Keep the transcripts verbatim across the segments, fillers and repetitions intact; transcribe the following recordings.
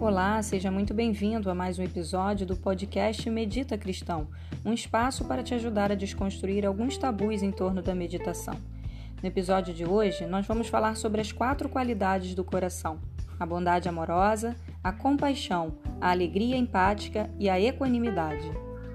Olá, seja muito bem-vindo a mais um episódio do podcast Medita Cristão, um espaço para te ajudar a desconstruir alguns tabus em torno da meditação. No episódio de hoje, nós vamos falar sobre as quatro qualidades do coração: a bondade amorosa, a compaixão, a alegria empática e a equanimidade.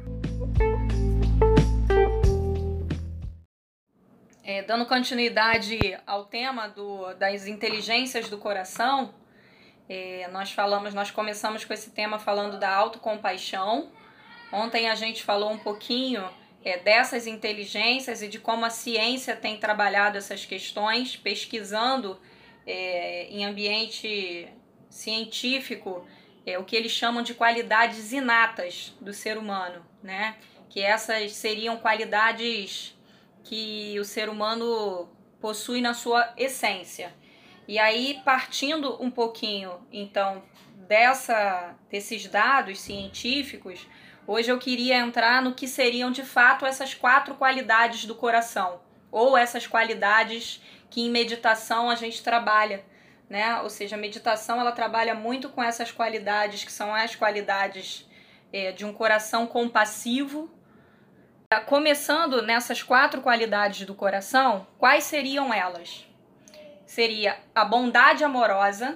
É, dando continuidade ao tema do, das inteligências do coração, é, nós falamos, nós começamos com esse tema falando da autocompaixão. Ontem a gente falou um pouquinho é, dessas inteligências e de como a ciência tem trabalhado essas questões, pesquisando é, em ambiente científico é, o que eles chamam de qualidades inatas do ser humano, né? Que essas seriam qualidades que o ser humano possui na sua essência. E aí, partindo um pouquinho, então, dessa, desses dados científicos, hoje eu queria entrar no que seriam, de fato, essas quatro qualidades do coração, ou essas qualidades que em meditação a gente trabalha, né? Ou seja, a meditação, ela trabalha muito com essas qualidades, que são as qualidades é, de um coração compassivo. Começando nessas quatro qualidades do coração, quais seriam elas? Seria a bondade amorosa,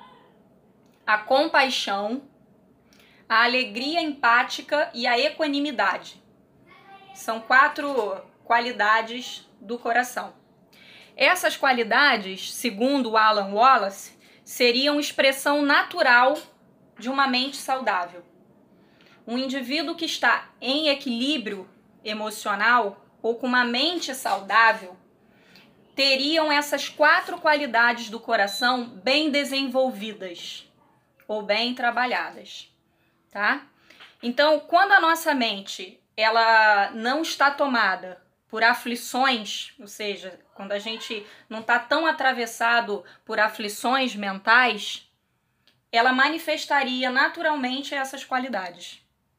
a compaixão, a alegria empática e a equanimidade. São quatro qualidades do coração. Essas qualidades, segundo Alan Wallace, seriam expressão natural de uma mente saudável. Um indivíduo que está em equilíbrio emocional ou com uma mente saudável teriam essas quatro qualidades do coração bem desenvolvidas ou bem trabalhadas, tá? Então, quando a nossa mente ela não está tomada por aflições, ou seja, quando a gente não está tão atravessado por aflições mentais, ela manifestaria naturalmente essas qualidades.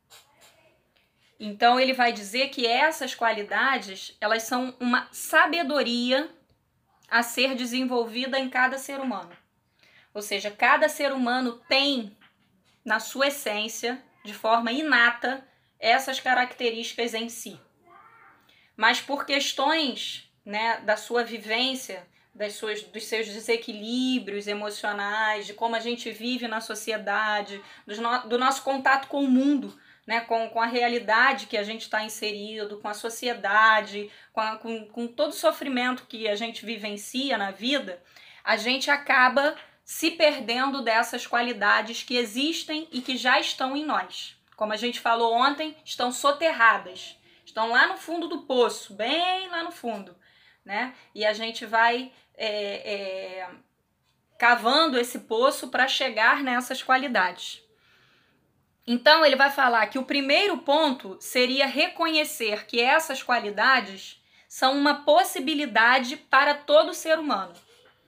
Então, ele vai dizer que essas qualidades, elas são uma sabedoria a ser desenvolvida em cada ser humano. Ou seja, cada ser humano tem na sua essência, de forma inata, essas características em si. Mas por questões, né, da sua vivência, das suas, dos seus desequilíbrios emocionais, de como a gente vive na sociedade, do, no, do nosso contato com o mundo, né, com, com a realidade que a gente está inserido, com a sociedade, com, a, com, com todo o sofrimento que a gente vivencia na vida, a gente acaba se perdendo dessas qualidades que existem e que já estão em nós. Como a gente falou ontem, estão soterradas, estão lá no fundo do poço, bem lá no fundo, né? E a gente vai é, é, cavando esse poço para chegar nessas qualidades. Então, ele vai falar que o primeiro ponto seria reconhecer que essas qualidades são uma possibilidade para todo ser humano.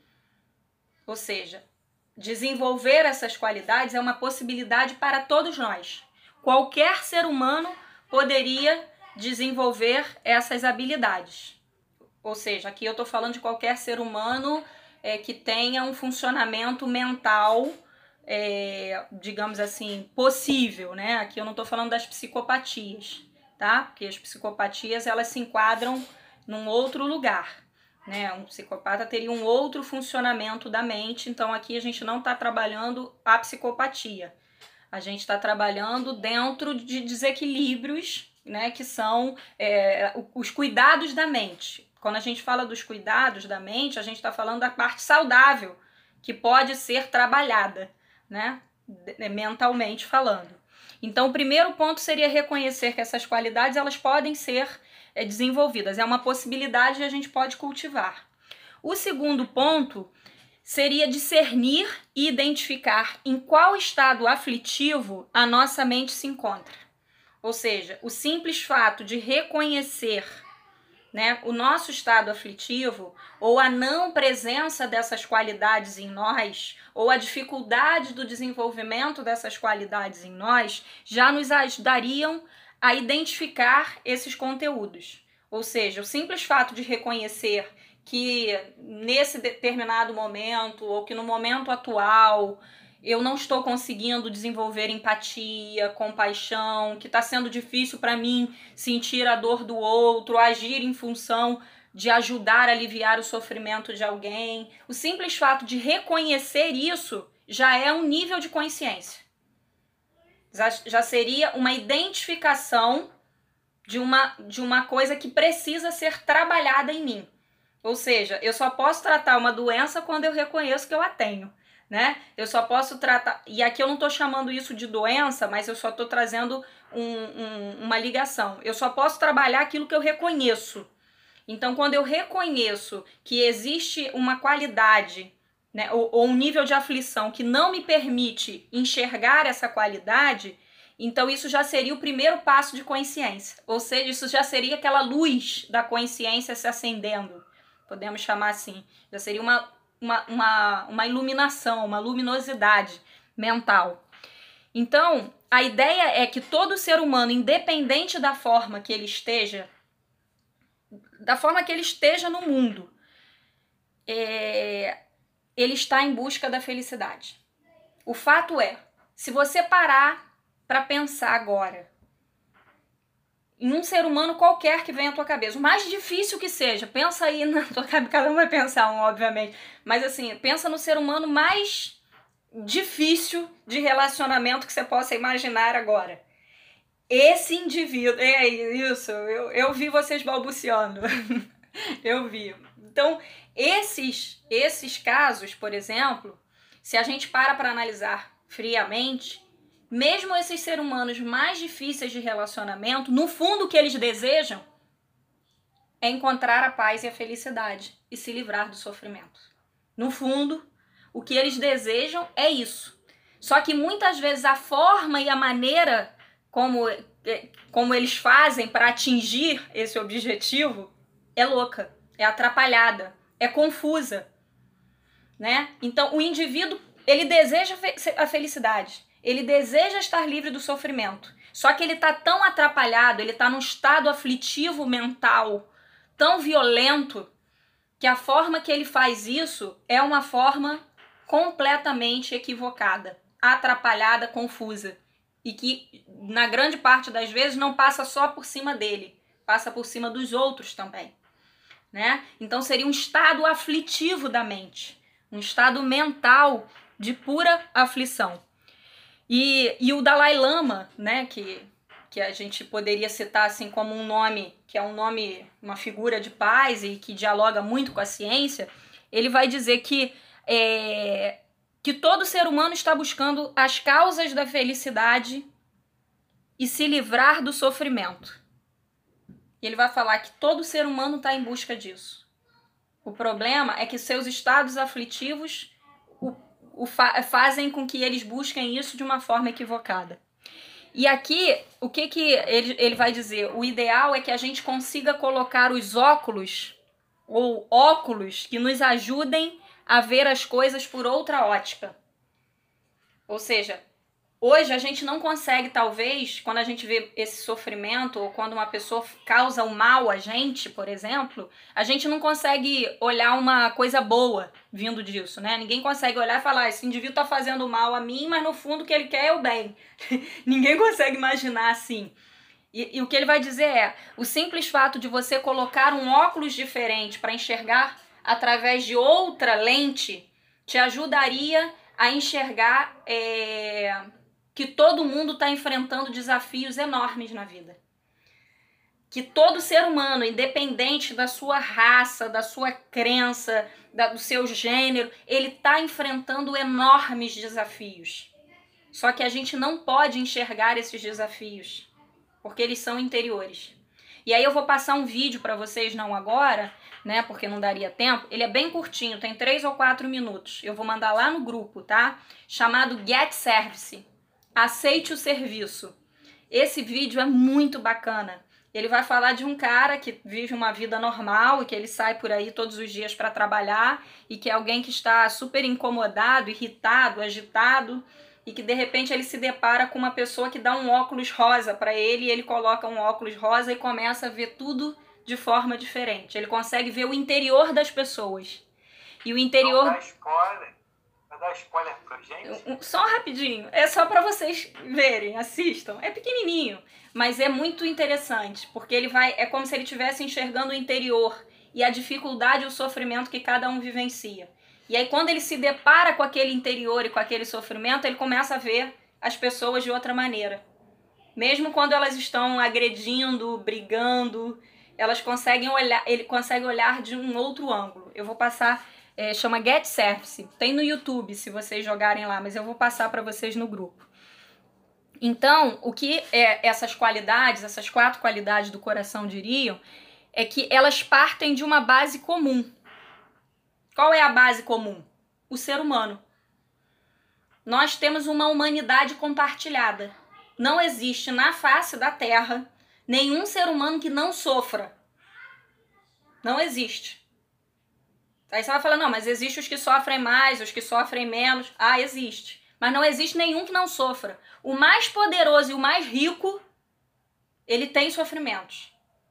Ou seja, desenvolver essas qualidades é uma possibilidade para todos nós. Qualquer ser humano poderia desenvolver essas habilidades. Ou seja, aqui eu estou falando de qualquer ser humano é, que tenha um funcionamento mental É, digamos assim, possível, né? Aqui eu não estou falando das psicopatias, tá? Porque as psicopatias, elas se enquadram num outro lugar, né? Um psicopata teria um outro funcionamento da mente, então aqui a gente não está trabalhando a psicopatia. A gente está trabalhando dentro de desequilíbrios, né? Que são é, os cuidados da mente. Quando a gente fala dos cuidados da mente, a gente está falando da parte saudável, que pode ser trabalhada, né? Mentalmente falando. Então, o primeiro ponto seria reconhecer que essas qualidades elas podem ser é, desenvolvidas. É uma possibilidade que a gente pode cultivar. O segundo ponto seria discernir e identificar em qual estado aflitivo a nossa mente se encontra. Ou seja, o simples fato de reconhecer, né, o nosso estado aflitivo, ou a não presença dessas qualidades em nós, ou a dificuldade do desenvolvimento dessas qualidades em nós, já nos ajudariam a identificar esses conteúdos. Ou seja, o simples fato de reconhecer que nesse determinado momento, ou que no momento atual eu não estou conseguindo desenvolver empatia, compaixão, que está sendo difícil para mim sentir a dor do outro, agir em função de ajudar a aliviar o sofrimento de alguém. O simples fato de reconhecer isso já é um nível de consciência. Já, já seria uma identificação de uma, de uma coisa que precisa ser trabalhada em mim. Ou seja, eu só posso tratar uma doença quando eu reconheço que eu a tenho, né? Eu só posso tratar... E aqui eu não estou chamando isso de doença, mas eu só estou trazendo um, um, uma ligação. Eu só posso trabalhar aquilo que eu reconheço. Então, quando eu reconheço que existe uma qualidade, né, ou, ou um nível de aflição que não me permite enxergar essa qualidade, então isso já seria o primeiro passo de consciência. Ou seja, isso já seria aquela luz da consciência se acendendo, podemos chamar assim. Já seria uma, uma, uma, uma iluminação, uma luminosidade mental. Então, a ideia é que todo ser humano, independente da forma que ele esteja, da forma que ele esteja no mundo, é, ele está em busca da felicidade. O fato é, se você parar para pensar agora em um ser humano qualquer que venha à tua cabeça, o mais difícil que seja, pensa aí na tua cabeça, cada um vai pensar um, obviamente, mas assim, pensa no ser humano mais difícil de relacionamento que você possa imaginar agora. Esse indivíduo, é isso, eu, eu vi vocês balbuciando, eu vi. Então, esses, esses casos, por exemplo, se a gente para para analisar friamente, mesmo esses seres humanos mais difíceis de relacionamento, no fundo o que eles desejam é encontrar a paz e a felicidade e se livrar do sofrimento. No fundo, o que eles desejam é isso. Só que muitas vezes a forma e a maneira como, como eles fazem para atingir esse objetivo é louca, é atrapalhada, é confusa, né? Então, o indivíduo, ele deseja a felicidade, ele deseja estar livre do sofrimento, só que ele está tão atrapalhado, ele está num estado aflitivo mental tão violento, que a forma que ele faz isso é uma forma completamente equivocada, atrapalhada, confusa. E que, na grande parte das vezes, não passa só por cima dele, passa por cima dos outros também, né? Então seria um estado aflitivo da mente, um estado mental de pura aflição. E, e o Dalai Lama, né, que, que a gente poderia citar assim como um nome, que é um nome, uma figura de paz e que dialoga muito com a ciência, ele vai dizer que é, que todo ser humano está buscando as causas da felicidade e se livrar do sofrimento. Ele vai falar que todo ser humano está em busca disso. O problema é que seus estados aflitivos o, o fa- fazem com que eles busquem isso de uma forma equivocada. E aqui, o que, que ele, ele vai dizer? O ideal é que a gente consiga colocar os óculos, ou óculos, que nos ajudem a ver as coisas por outra ótica. Ou seja, hoje a gente não consegue, talvez, quando a gente vê esse sofrimento, ou quando uma pessoa causa um mal a gente, por exemplo, a gente não consegue olhar uma coisa boa vindo disso, né? Ninguém consegue olhar e falar, esse indivíduo tá fazendo mal a mim, mas no fundo o que ele quer é o bem. Ninguém consegue imaginar assim. E, e o que ele vai dizer é, o simples fato de você colocar um óculos diferente para enxergar através de outra lente, te ajudaria a enxergar é, que todo mundo está enfrentando desafios enormes na vida. Que todo ser humano, independente da sua raça, da sua crença, da, do seu gênero, ele está enfrentando enormes desafios. Só que a gente não pode enxergar esses desafios, porque eles são interiores. E aí eu vou passar um vídeo para vocês, não agora, né, porque não daria tempo. Ele é bem curtinho, tem três ou quatro minutos. Eu vou mandar lá no grupo, tá? Chamado Get Service. Aceite o serviço. Esse vídeo é muito bacana. Ele vai falar de um cara que vive uma vida normal e que ele sai por aí todos os dias para trabalhar e que é alguém que está super incomodado, irritado, agitado e que de repente ele se depara com uma pessoa que dá um óculos rosa para ele e ele coloca um óculos rosa e começa a ver tudo de forma diferente. Ele consegue ver o interior das pessoas. E o interior... Não dá spoiler. Vai dar spoiler pra gente? Só rapidinho, é só para vocês verem, assistam. É pequenininho, mas é muito interessante, porque ele vai, é como se ele estivesse enxergando o interior e a dificuldade e o sofrimento que cada um vivencia. E aí quando ele se depara com aquele interior e com aquele sofrimento, ele começa a ver as pessoas de outra maneira. Mesmo quando elas estão agredindo, brigando, elas conseguem olhar, ele consegue olhar de um outro ângulo. Eu vou passar, é, chama Get Service, tem no YouTube se vocês jogarem lá, mas eu vou passar para vocês no grupo. Então, o que é, essas qualidades, essas quatro qualidades do coração diriam, é que elas partem de uma base comum. Qual é a base comum? O ser humano. Nós temos uma humanidade compartilhada. Não existe na face da Terra nenhum ser humano que não sofra. Não existe. Aí você vai falar, não, mas existem os que sofrem mais, os que sofrem menos. Ah, existe. Mas não existe nenhum que não sofra. O mais poderoso e o mais rico, ele tem sofrimentos.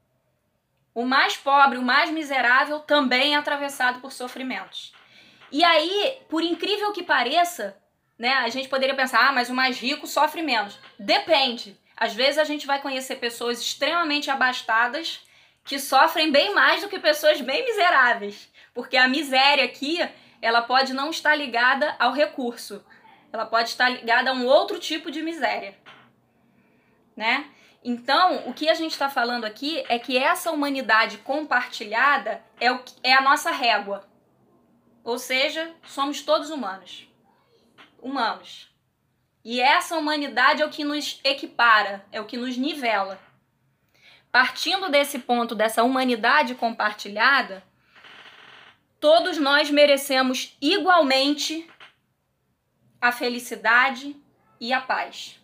O mais pobre, o mais miserável, também é atravessado por sofrimentos. E aí, por incrível que pareça, né, a gente poderia pensar, ah, mas o mais rico sofre menos. Depende. Às vezes a gente vai conhecer pessoas extremamente abastadas que sofrem bem mais do que pessoas bem miseráveis. Porque a miséria aqui, ela pode não estar ligada ao recurso. Ela pode estar ligada a um outro tipo de miséria, né? Então, o que a gente está falando aqui é que essa humanidade compartilhada é, o, é a nossa régua. Ou seja, somos todos humanos. Humanos. E essa humanidade é o que nos equipara, é o que nos nivela. Partindo desse ponto, dessa humanidade compartilhada, todos nós merecemos igualmente a felicidade e a paz.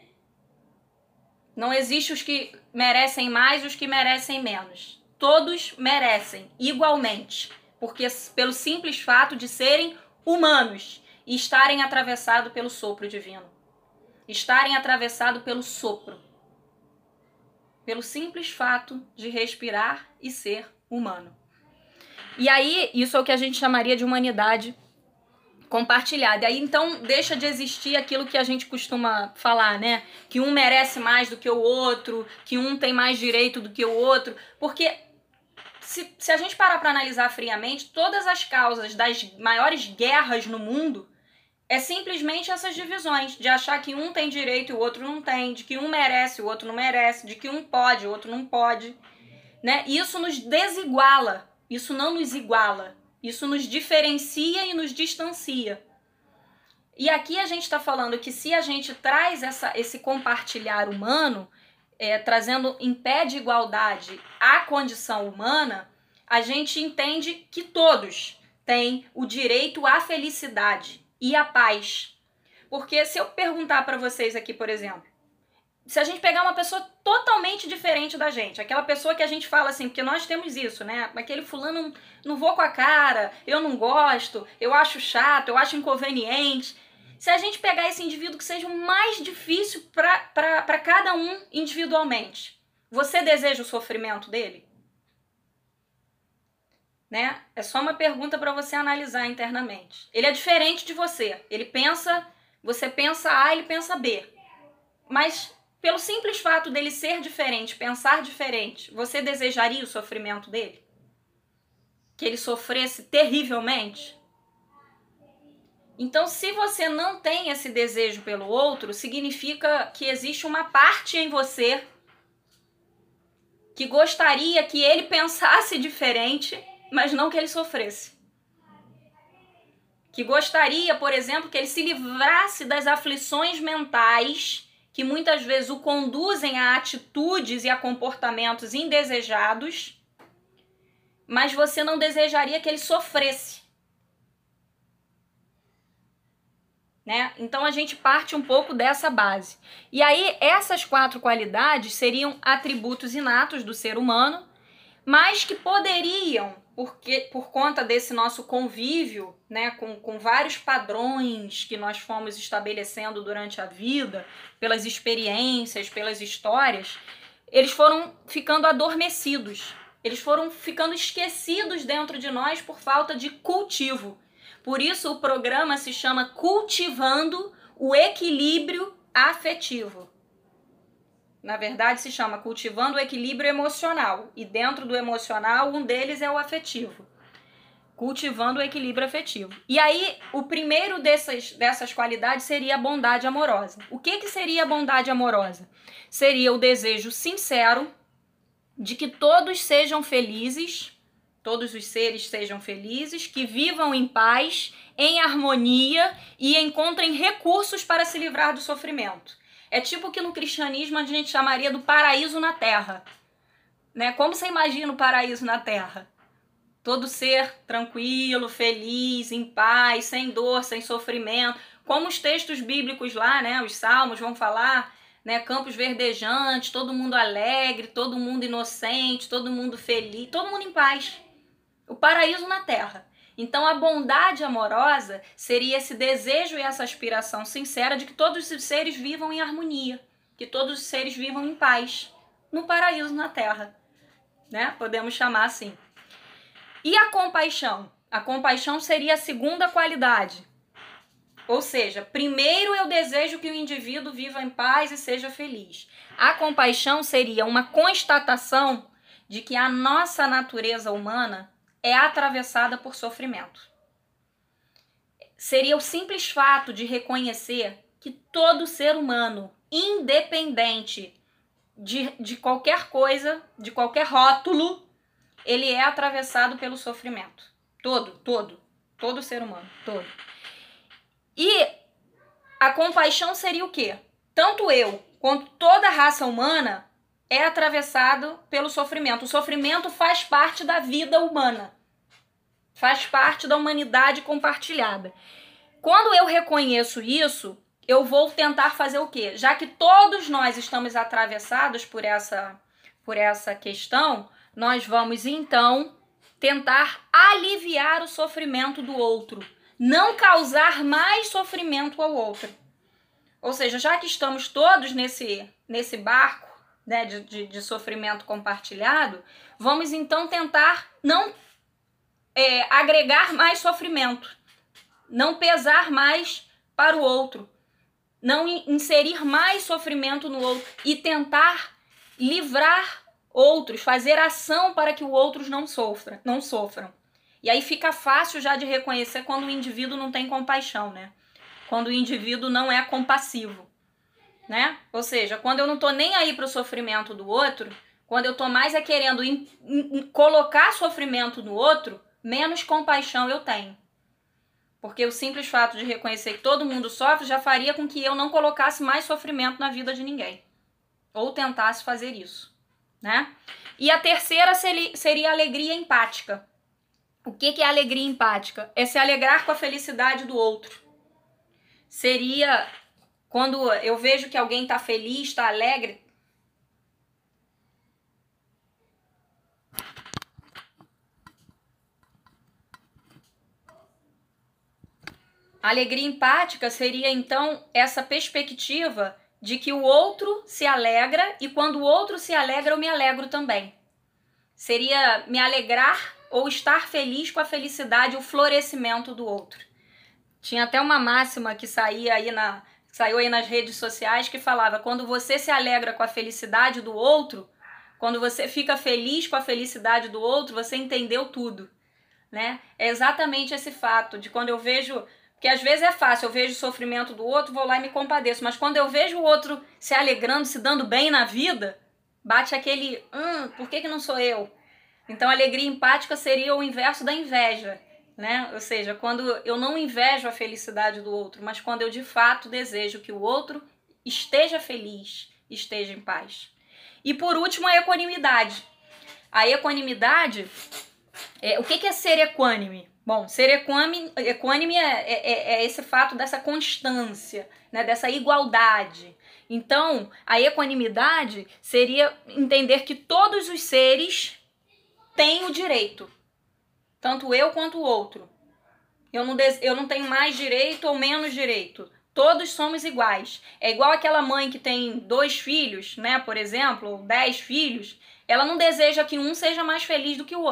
Não existe os que merecem mais e os que merecem menos. Todos merecem igualmente, porque pelo simples fato de serem humanos e estarem atravessados pelo sopro divino. Estarem atravessados pelo sopro. Pelo simples fato de respirar e ser humano. E aí, isso é o que a gente chamaria de humanidade compartilhada. E aí, então, deixa de existir aquilo que a gente costuma falar, né? Que um merece mais do que o outro, que um tem mais direito do que o outro. Porque se, se a gente parar para analisar friamente, todas as causas das maiores guerras no mundo é simplesmente essas divisões, de achar que um tem direito e o outro não tem, de que um merece e o outro não merece, de que um pode e o outro não pode, né? E isso nos desiguala, isso não nos iguala, isso nos diferencia e nos distancia. E aqui a gente está falando que se a gente traz essa, esse compartilhar humano, é, trazendo em pé de igualdade a condição humana, a gente entende que todos têm o direito à felicidade e à paz. Porque se eu perguntar para vocês aqui, por exemplo, se a gente pegar uma pessoa totalmente diferente da gente, aquela pessoa que a gente fala assim, porque nós temos isso, né? Aquele fulano, não vou com a cara, eu não gosto, eu acho chato, eu acho inconveniente. Se a gente pegar esse indivíduo que seja o mais difícil para cada um individualmente, você deseja o sofrimento dele? Né? É só uma pergunta para você analisar internamente. Ele é diferente de você. Ele pensa, você pensa A, ele pensa B. Mas pelo simples fato dele ser diferente, pensar diferente, você desejaria o sofrimento dele? Que ele sofresse terrivelmente? Então, se você não tem esse desejo pelo outro, significa que existe uma parte em você que gostaria que ele pensasse diferente, mas não que ele sofresse. Que gostaria, por exemplo, que ele se livrasse das aflições mentais que muitas vezes o conduzem a atitudes e a comportamentos indesejados, mas você não desejaria que ele sofresse. Né? Então a gente parte um pouco dessa base. E aí essas quatro qualidades seriam atributos inatos do ser humano, mas que poderiam, porque, por conta desse nosso convívio, né, com, com vários padrões que nós fomos estabelecendo durante a vida, pelas experiências, pelas histórias, eles foram ficando adormecidos, eles foram ficando esquecidos dentro de nós por falta de cultivo. Por isso o programa se chama Cultivando o Equilíbrio Afetivo. Na verdade, se chama Cultivando o Equilíbrio Emocional. E dentro do emocional, um deles é o afetivo. Cultivando o equilíbrio afetivo. E aí, o primeiro dessas, dessas qualidades seria a bondade amorosa. O que, que seria a bondade amorosa? Seria o desejo sincero de que todos sejam felizes, todos os seres sejam felizes, que vivam em paz, em harmonia e encontrem recursos para se livrar do sofrimento. É tipo que no cristianismo a gente chamaria do paraíso na terra. Né? Como você imagina o paraíso na terra? Todo ser tranquilo, feliz, em paz, sem dor, sem sofrimento. Como os textos bíblicos lá, né, os salmos vão falar, né, campos verdejantes, todo mundo alegre, todo mundo inocente, todo mundo feliz, todo mundo em paz. O paraíso na terra. Então a bondade amorosa seria esse desejo e essa aspiração sincera de que todos os seres vivam em harmonia, que todos os seres vivam em paz, no paraíso na terra. Né? Podemos chamar assim. E a compaixão? A compaixão seria a segunda qualidade. Ou seja, primeiro eu desejo que o indivíduo viva em paz e seja feliz. A compaixão seria uma constatação de que a nossa natureza humana é atravessada por sofrimento. Seria o simples fato de reconhecer que todo ser humano, independente de, de qualquer coisa, de qualquer rótulo, ele é atravessado pelo sofrimento. Todo, todo. Todo ser humano, todo. E a compaixão seria o quê? Tanto eu quanto toda a raça humana é atravessado pelo sofrimento. O sofrimento faz parte da vida humana. Faz parte da humanidade compartilhada. Quando eu reconheço isso, eu vou tentar fazer o quê? Já que todos nós estamos atravessados por essa, por essa questão, nós vamos então tentar aliviar o sofrimento do outro. Não causar mais sofrimento ao outro. Ou seja, já que estamos todos nesse, nesse barco, né, de, de, de sofrimento compartilhado, vamos então tentar não é, agregar mais sofrimento, não pesar mais para o outro, não inserir mais sofrimento no outro e tentar livrar outros, fazer ação para que os outros não sofram, não sofram. E aí fica fácil já de reconhecer quando o indivíduo não tem compaixão, né? Quando o indivíduo não é compassivo, né? Ou seja, quando eu não tô nem aí pro sofrimento do outro, quando eu tô mais é querendo in, in, in, colocar sofrimento no outro, menos compaixão eu tenho. Porque o simples fato de reconhecer que todo mundo sofre já faria com que eu não colocasse mais sofrimento na vida de ninguém. Ou tentasse fazer isso, né? E a terceira seria a alegria empática. O que é alegria empática? É se alegrar com a felicidade do outro. Seria quando eu vejo que alguém está feliz, está alegre. A alegria empática seria então essa perspectiva de que o outro se alegra e quando o outro se alegra eu me alegro também. Seria me alegrar ou estar feliz com a felicidade, o florescimento do outro. Tinha até uma máxima que saía aí na, saiu aí nas redes sociais que falava: quando você se alegra com a felicidade do outro, quando você fica feliz com a felicidade do outro, você entendeu tudo, né? É exatamente esse fato de quando eu vejo, porque às vezes é fácil, eu vejo o sofrimento do outro, vou lá e me compadeço, mas quando eu vejo o outro se alegrando, se dando bem na vida, bate aquele, hum, por que que não sou eu? Então, a alegria empática seria o inverso da inveja, né? Ou seja, quando eu não invejo a felicidade do outro, mas quando eu de fato desejo que o outro esteja feliz, esteja em paz. E por último, a equanimidade. A equanimidade, é, o que é ser equânime? Bom, ser equânime, equânime é, é, é esse fato dessa constância, né? Dessa igualdade. Então, a equanimidade seria entender que todos os seres tem o direito, tanto eu quanto o outro. Eu não, des... eu não tenho mais direito ou menos direito. Todos somos iguais. É igual aquela mãe que tem dois filhos, né, por exemplo, ou dez filhos. Ela não deseja que um seja mais feliz do que o outro.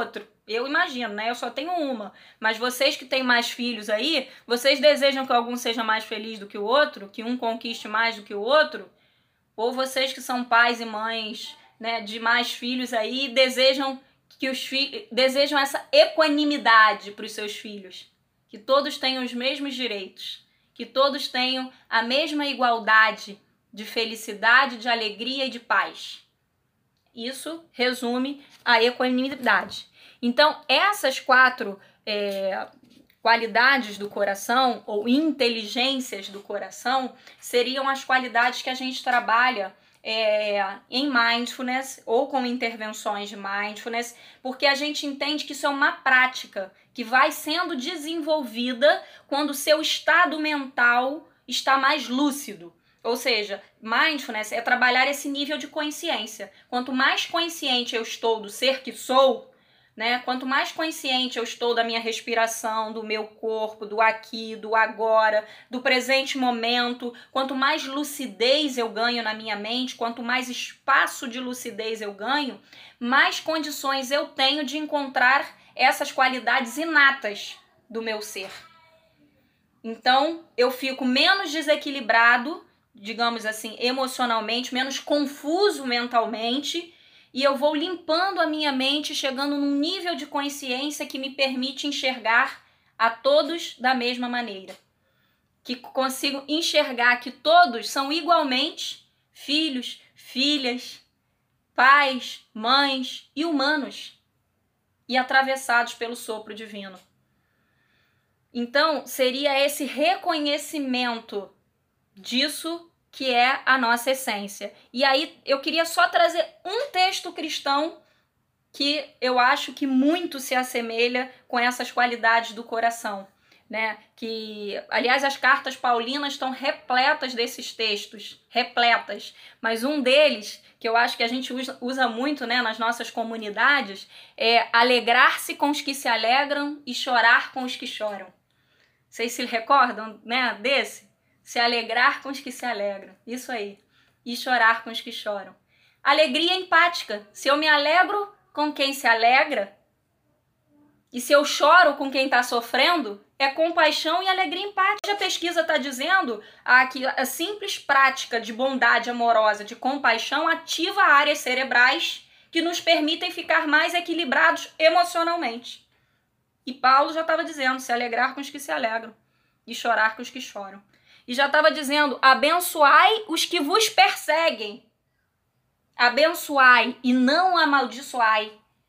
Eu imagino, né? Eu só tenho uma. Mas vocês que têm mais filhos aí, vocês desejam que algum seja mais feliz do que o outro? Que um conquiste mais do que o outro? Ou vocês que são pais e mães, né, de mais filhos aí, desejam que os filhos desejam essa equanimidade para os seus filhos? Que todos tenham os mesmos direitos, que todos tenham a mesma igualdade de felicidade, de alegria e de paz. Isso resume a equanimidade. Então, essas quatro é, qualidades do coração, ou inteligências do coração, seriam as qualidades que a gente trabalha é, em mindfulness ou com intervenções de mindfulness, porque a gente entende que isso é uma prática que vai sendo desenvolvida quando o seu estado mental está mais lúcido. Ou seja, mindfulness é trabalhar esse nível de consciência. Quanto mais consciente eu estou do ser que sou, né? Quanto mais consciente eu estou da minha respiração, do meu corpo, do aqui, do agora, do presente momento, quanto mais lucidez eu ganho na minha mente, quanto mais espaço de lucidez eu ganho, mais condições eu tenho de encontrar essas qualidades inatas do meu ser. Então, eu fico menos desequilibrado, digamos assim, emocionalmente, menos confuso mentalmente, e eu vou limpando a minha mente, chegando num nível de consciência que me permite enxergar a todos da mesma maneira. Que consigo enxergar que todos são igualmente filhos, filhas, pais, mães e humanos, e atravessados pelo sopro divino. Então, seria esse reconhecimento disso que é a nossa essência. E aí eu queria só trazer um texto cristão que eu acho que muito se assemelha com essas qualidades do coração, né? Que, aliás, as cartas paulinas estão repletas desses textos, repletas. Mas um deles, que eu acho que a gente usa, usa muito, né, nas nossas comunidades, é alegrar-se com os que se alegram e chorar com os que choram. Vocês se recordam, né, desse? Se alegrar com os que se alegram. Isso aí. E chorar com os que choram. Alegria empática. Se eu me alegro com quem se alegra, e se eu choro com quem está sofrendo, é compaixão e alegria empática. A pesquisa está dizendo ah, que a simples prática de bondade amorosa, de compaixão, ativa áreas cerebrais que nos permitem ficar mais equilibrados emocionalmente. E Paulo já estava dizendo, se alegrar com os que se alegram e chorar com os que choram. E já estava dizendo, abençoai os que vos perseguem. Abençoai e não amaldiçoai.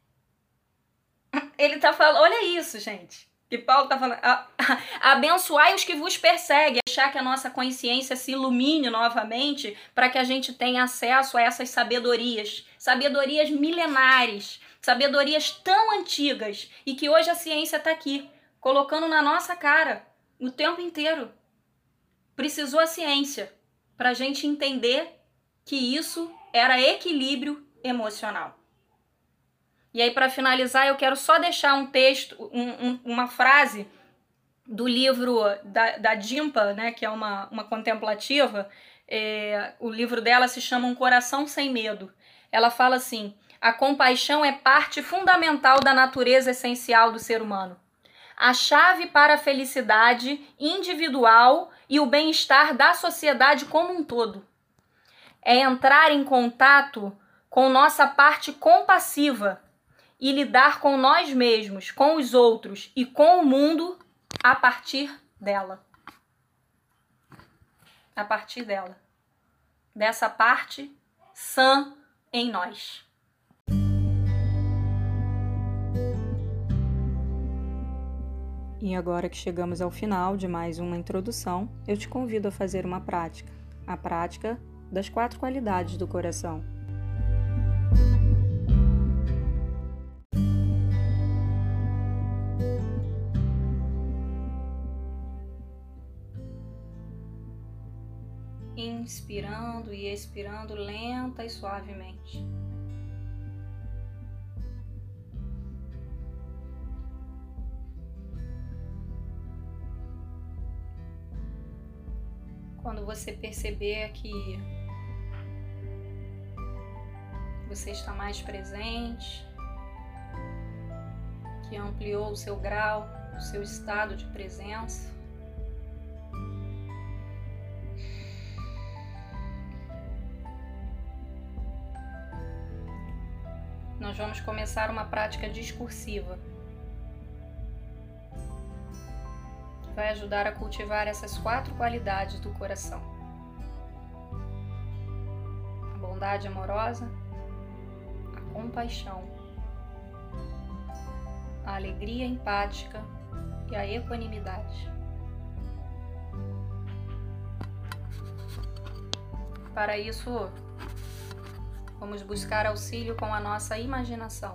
Ele está falando, olha isso, gente. Que Paulo está falando, abençoai os que vos perseguem. Deixar que a nossa consciência se ilumine novamente para que a gente tenha acesso a essas sabedorias. Sabedorias milenares, sabedorias tão antigas e que hoje a ciência está aqui, colocando na nossa cara o tempo inteiro. Precisou a ciência para a gente entender que isso era equilíbrio emocional. E aí, para finalizar, eu quero só deixar um texto, um, um, uma frase do livro da, da Dimpa, né, que é uma, uma contemplativa. É, o livro dela se chama Um Coração Sem Medo. Ela fala assim, a compaixão é parte fundamental da natureza essencial do ser humano. A chave para a felicidade individual e o bem-estar da sociedade como um todo. É entrar em contato com nossa parte compassiva e lidar com nós mesmos, com os outros e com o mundo a partir dela. A partir dela. Dessa parte sã em nós. E agora que chegamos ao final de mais uma introdução, eu te convido a fazer uma prática. A prática das quatro qualidades do coração. Inspirando e expirando lenta e suavemente. Quando você perceber que você está mais presente, que ampliou o seu grau, o seu estado de presença. Nós vamos começar uma prática discursiva. Vai ajudar a cultivar essas quatro qualidades do coração: a bondade amorosa, a compaixão, a alegria empática e a equanimidade. Para isso, vamos buscar auxílio com a nossa imaginação.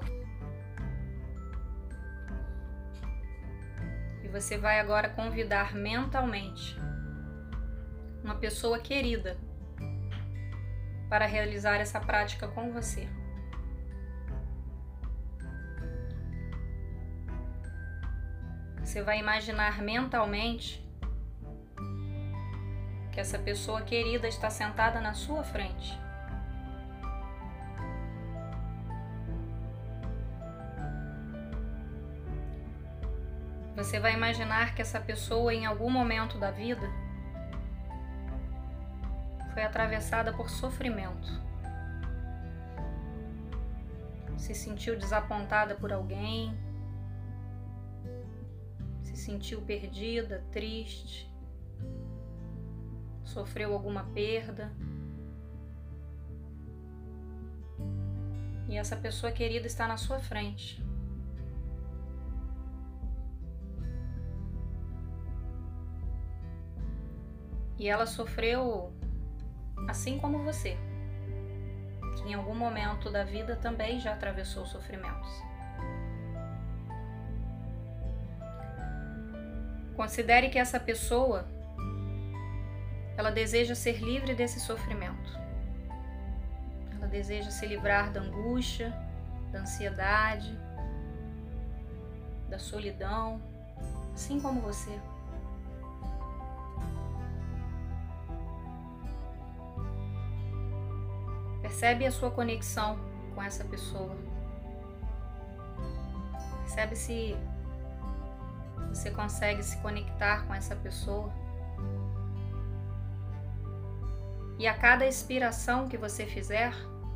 E você vai agora convidar mentalmente uma pessoa querida para realizar essa prática com você. Você vai imaginar mentalmente que essa pessoa querida está sentada na sua frente. Você vai imaginar que essa pessoa, em algum momento da vida, foi atravessada por sofrimento. Se sentiu desapontada por alguém, se sentiu perdida, triste, sofreu alguma perda. E essa pessoa querida está na sua frente. E ela sofreu assim como você, que em algum momento da vida também já atravessou sofrimentos. Considere que essa pessoa, ela deseja ser livre desse sofrimento. Ela deseja se livrar da angústia, da ansiedade, da solidão, assim como você. Percebe a sua conexão com essa pessoa. Percebe se você consegue se conectar com essa pessoa. E a cada expiração que você fizer,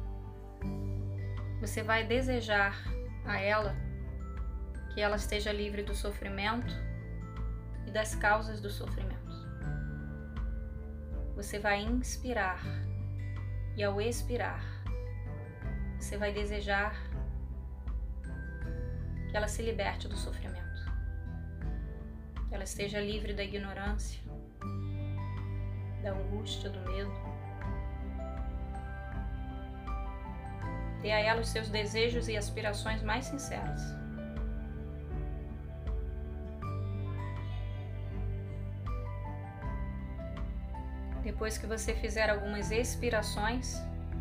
você vai desejar a ela que ela esteja livre do sofrimento e das causas do sofrimento. Você vai inspirar. E ao expirar, você vai desejar que ela se liberte do sofrimento, que ela esteja livre da ignorância, da angústia, do medo. Dê a ela os seus desejos e aspirações mais sinceros. Depois que você fizer algumas expirações,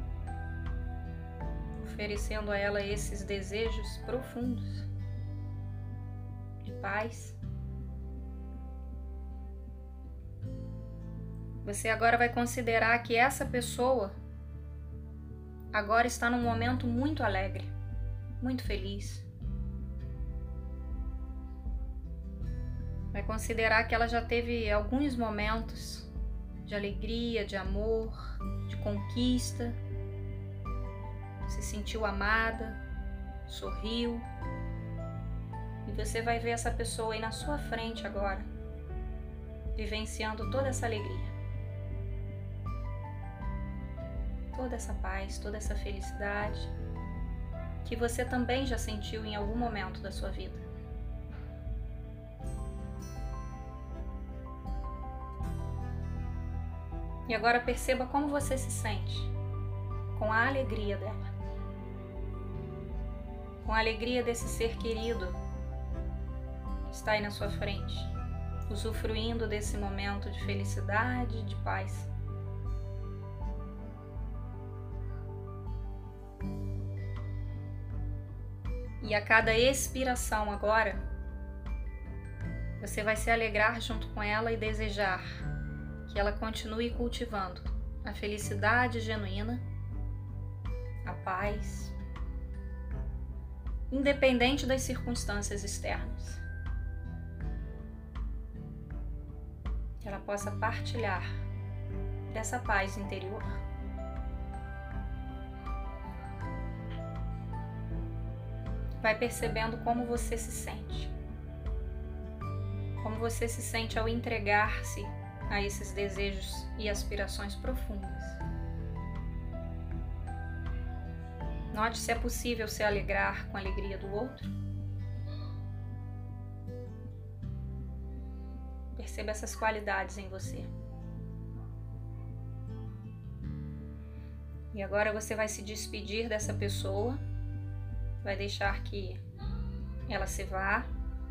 oferecendo a ela esses desejos profundos de paz, você agora vai considerar que essa pessoa agora está num momento muito alegre, muito feliz. Vai considerar que ela já teve alguns momentos de alegria, de amor, de conquista, se sentiu amada, sorriu, e você vai ver essa pessoa aí na sua frente agora, vivenciando toda essa alegria, toda essa paz, toda essa felicidade que você também já sentiu em algum momento da sua vida. E agora perceba como você se sente com a alegria dela, com a alegria desse ser querido que está aí na sua frente, usufruindo desse momento de felicidade e de paz. E a cada expiração agora, você vai se alegrar junto com ela e desejar que ela continue cultivando a felicidade genuína, a paz, independente das circunstâncias externas. Que ela possa partilhar dessa paz interior. Vai percebendo como você se sente. Como você se sente ao entregar-se a esses desejos e aspirações profundas. Note se é possível se alegrar com a alegria do outro. Perceba essas qualidades em você. E agora você vai se despedir dessa pessoa, vai deixar que ela se vá,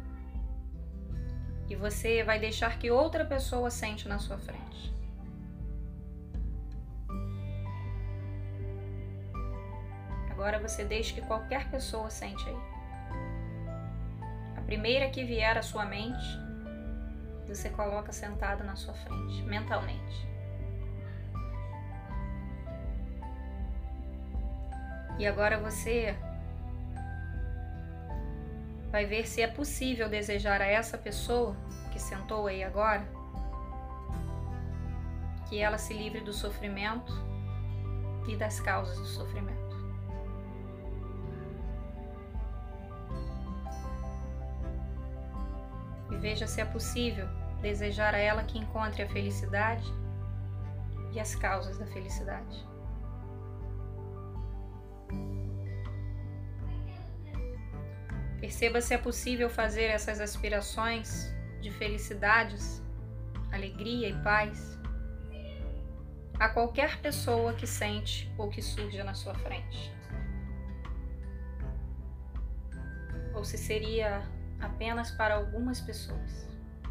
e você vai deixar que outra pessoa sente na sua frente. Agora você deixa que qualquer pessoa sente aí. A primeira que vier à sua mente, você coloca sentada na sua frente, mentalmente. E agora você vai ver se é possível desejar a essa pessoa que sentou aí agora que ela se livre do sofrimento e das causas do sofrimento. E veja se é possível desejar a ela que encontre a felicidade e as causas da felicidade. Perceba se é possível fazer essas aspirações de felicidades, alegria e paz a qualquer pessoa que sente ou que surja na sua frente. Ou se seria apenas para algumas pessoas.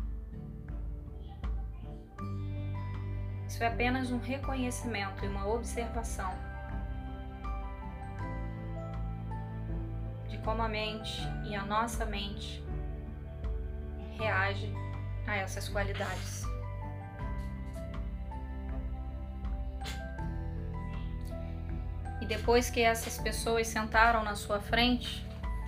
Isso é apenas um reconhecimento e uma observação de como a mente e a nossa mente reage a essas qualidades. E depois que essas pessoas sentaram na sua frente,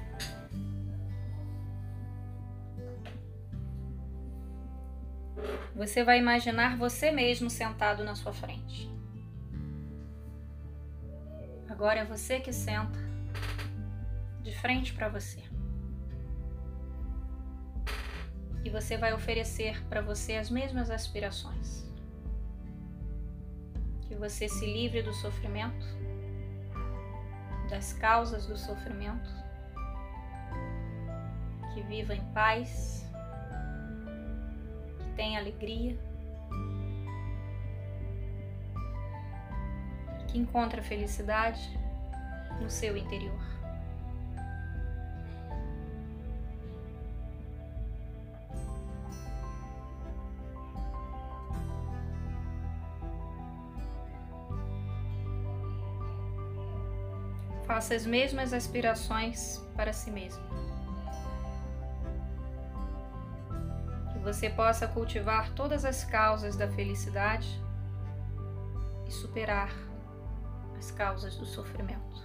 você vai imaginar você mesmo sentado na sua frente. Agora é você que senta de frente para você. E você vai oferecer para você as mesmas aspirações. Que você se livre do sofrimento, das causas do sofrimento, que viva em paz, que tenha alegria, que encontre a felicidade no seu interior. Faça as mesmas aspirações para si mesmo. Que você possa cultivar todas as causas da felicidade e superar as causas do sofrimento.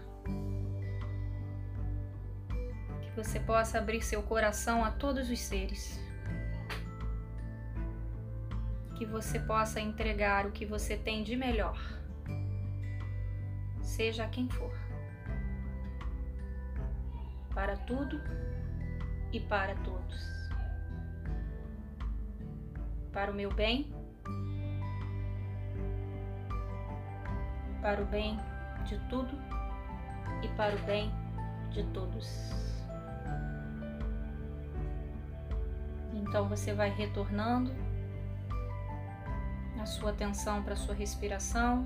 Que você possa abrir seu coração a todos os seres. Que você possa entregar o que você tem de melhor, seja a quem for. Para tudo e para todos. Para o meu bem, para o bem de tudo e para o bem de todos. Então você vai retornando a sua atenção para a sua respiração.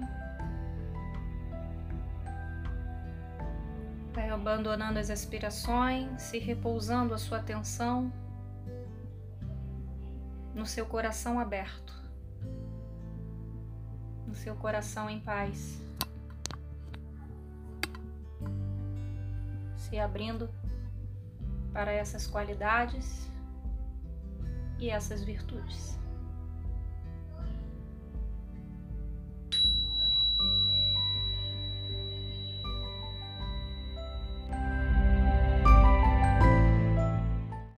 Vai abandonando as aspirações e repousando a sua atenção no seu coração aberto, no seu coração em paz, se abrindo para essas qualidades e essas virtudes.